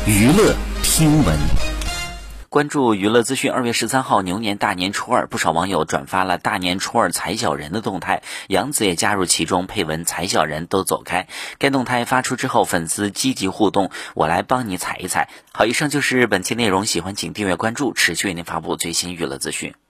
娱乐听闻。 关注娱乐资讯，2月13号牛年大年初二，不少网友转发了大年初二踩小人的动态，杨紫也加入其中，配文踩小人都走开。该动态发出之后，粉丝积极互动，我来帮你踩一踩。好，以上就是本期内容，喜欢请订阅关注，持续为您发布最新娱乐资讯。